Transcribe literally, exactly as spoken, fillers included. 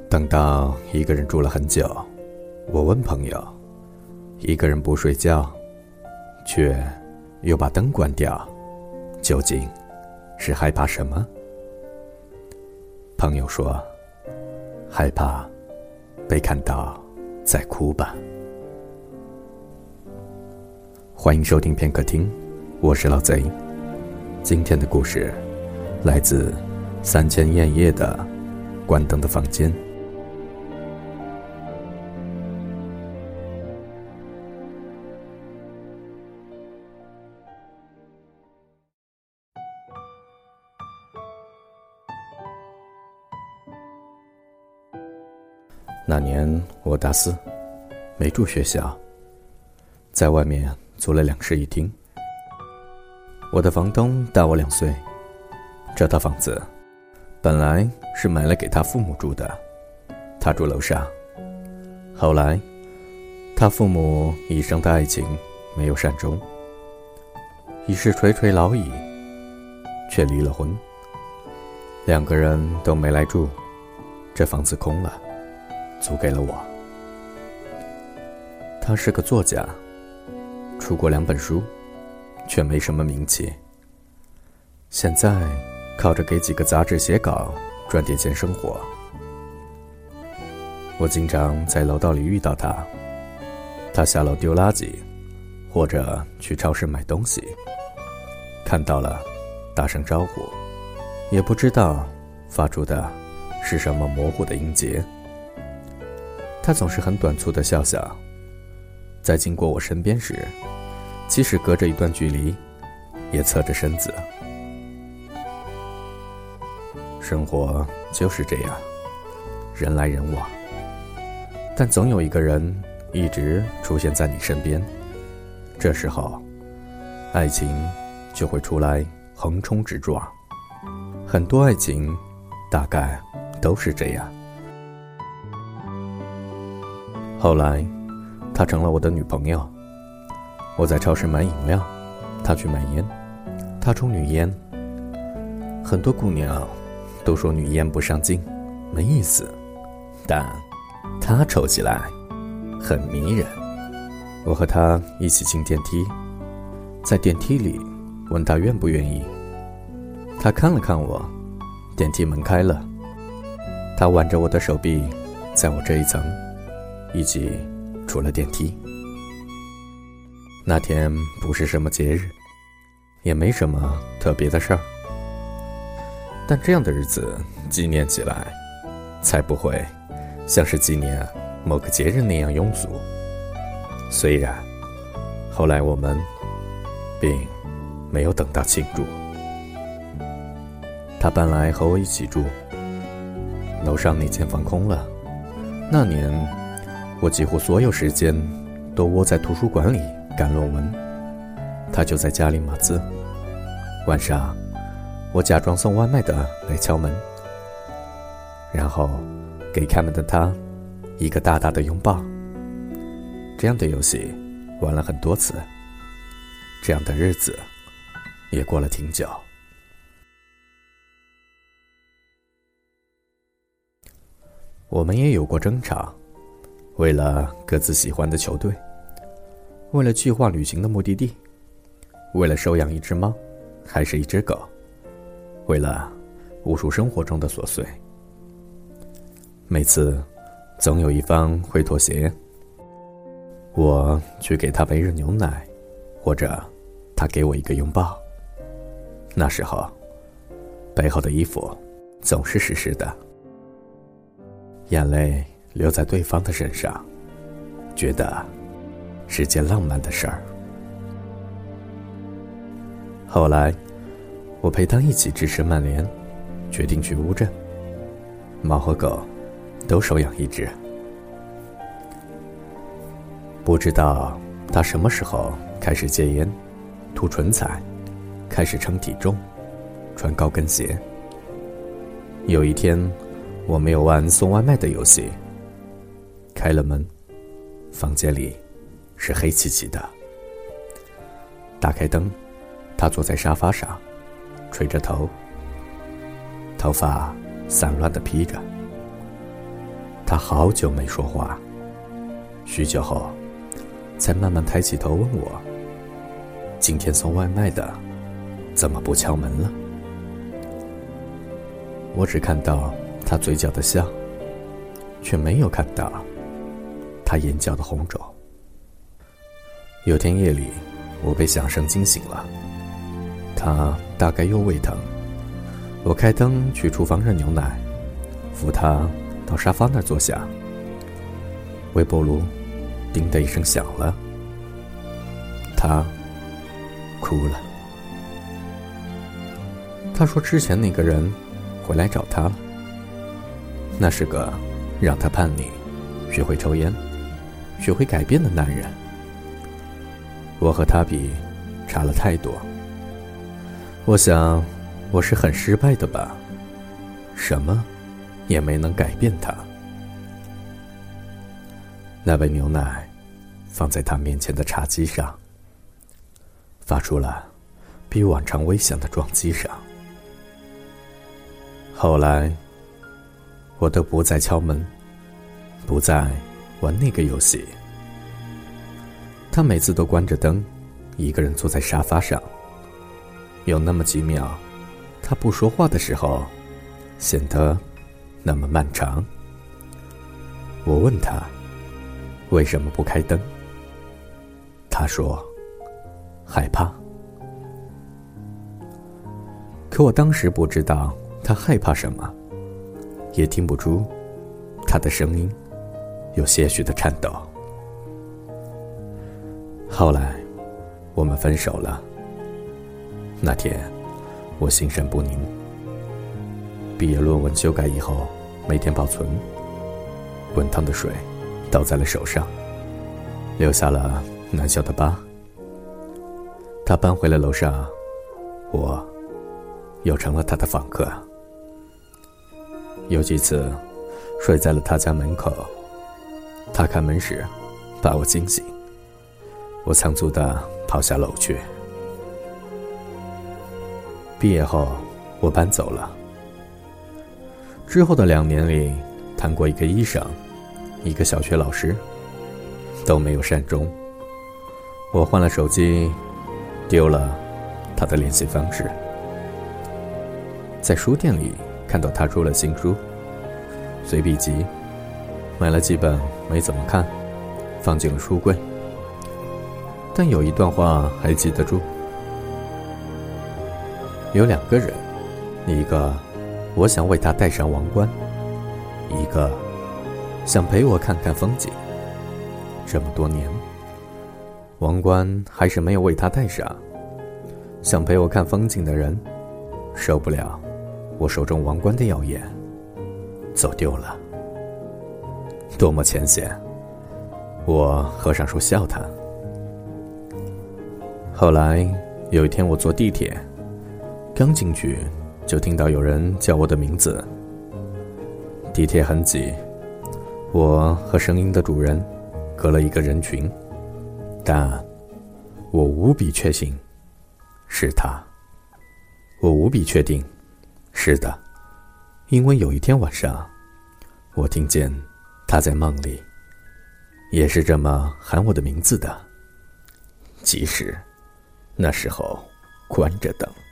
等到一个人住了很久，我问朋友，一个人不睡觉，却又把灯关掉，究竟是害怕什么？朋友说，害怕被看到在哭吧。欢迎收听片刻听，我是老贼。今天的故事来自三千艳夜的关灯的房间。那年我大四，没住学校，在外面租了两室一厅。我的房东大我两岁，这套房子本来是买了给他父母住的，他住楼上。后来他父母一生的爱情没有善终，已是垂垂老矣，却离了婚，两个人都没来住，这房子空了，租给了我。他是个作家，出过两本书，却没什么名气，现在靠着给几个杂志写稿赚点钱生活。我经常在楼道里遇到他，他下楼丢垃圾，或者去超市买东西，看到了大声招呼，也不知道发出的是什么模糊的音节。他总是很短促的笑笑，在经过我身边时，即使隔着一段距离，也侧着身子。生活就是这样，人来人往，但总有一个人一直出现在你身边，这时候爱情就会出来横冲直撞。很多爱情大概都是这样。后来她成了我的女朋友，我在超市买饮料，她去买烟，她抽女烟。很多姑娘都说女烟不上镜，没意思，但她抽起来很迷人。我和她一起进电梯，在电梯里问她愿不愿意，她看了看我，电梯门开了，她挽着我的手臂，在我这一层一起出了电梯。那天不是什么节日，也没什么特别的事儿，但这样的日子纪念起来，才不会像是纪念某个节日那样庸俗。虽然后来我们并没有等到庆祝。他搬来和我一起住，楼上那间房空了。那年我几乎所有时间都窝在图书馆里赶论文，他就在家里码字。晚上我假装送外卖的来敲门，然后给开门的他一个大大的拥抱。这样的游戏玩了很多次，这样的日子也过了挺久。我们也有过争吵，为了各自喜欢的球队，为了计划旅行的目的地，为了收养一只猫还是一只狗，为了无数生活中的琐碎。每次总有一方会妥协，我去给他杯热牛奶，或者他给我一个拥抱。那时候背后的衣服总是湿湿的，眼泪流在对方的身上，觉得是件浪漫的事儿。后来我陪他一起支持曼联，决定去乌镇，猫和狗都收养一只。不知道他什么时候开始戒烟，涂唇彩，开始称体重，穿高跟鞋。有一天我没有玩送外卖的游戏，开了门，房间里是黑漆漆的。打开灯，他坐在沙发上，垂着头，头发散乱地披着。 他好久没说话，许久后才慢慢抬起头问我，今天送外卖的怎么不敲门了？我只看到他嘴角的笑，却没有看到他眼角的红肿。有天夜里，我被响声惊醒了，他大概又胃疼。我开灯去厨房热牛奶，扶他到沙发那儿坐下。微波炉叮的一声响了，他哭了。他说之前那个人回来找他了，那是个让他叛逆、学会抽烟、学会改变的男人。我和他比差了太多，我想我是很失败的吧，什么也没能改变他。那杯牛奶放在他面前的茶几上，发出了比往常微响的撞击声。后来我都不再敲门，不再玩那个游戏。他每次都关着灯，一个人坐在沙发上，有那么几秒他不说话的时候显得那么漫长。我问他为什么不开灯，他说害怕。可我当时不知道他害怕什么，也听不出他的声音有些许的颤抖。后来我们分手了，那天我心神不宁。毕业论文修改以后没天保存，滚烫的水倒在了手上，留下了难消的疤。他搬回了楼上，我又成了他的访客。有几次睡在了他家门口，他开门时把我惊醒，我仓促地跑下楼去。毕业后我搬走了，之后的两年里谈过一个医生，一个小学老师，都没有善终。我换了手机，丢了他的联系方式。在书店里看到他出了新书，随笔集，买了几本没怎么看，放进了书柜。但有一段话还记得住，有两个人，一个我想为他戴上王冠，一个想陪我看看风景。这么多年，王冠还是没有为他戴上，想陪我看风景的人受不了我手中王冠的耀眼，走丢了。多么浅显，我合上书笑他。后来有一天我坐地铁，刚进去就听到有人叫我的名字。地铁很挤，我和声音的主人隔了一个人群，但我无比确信是他。我无比确定是的，因为有一天晚上我听见他在梦里也是这么喊我的名字的，即使那时候关着灯。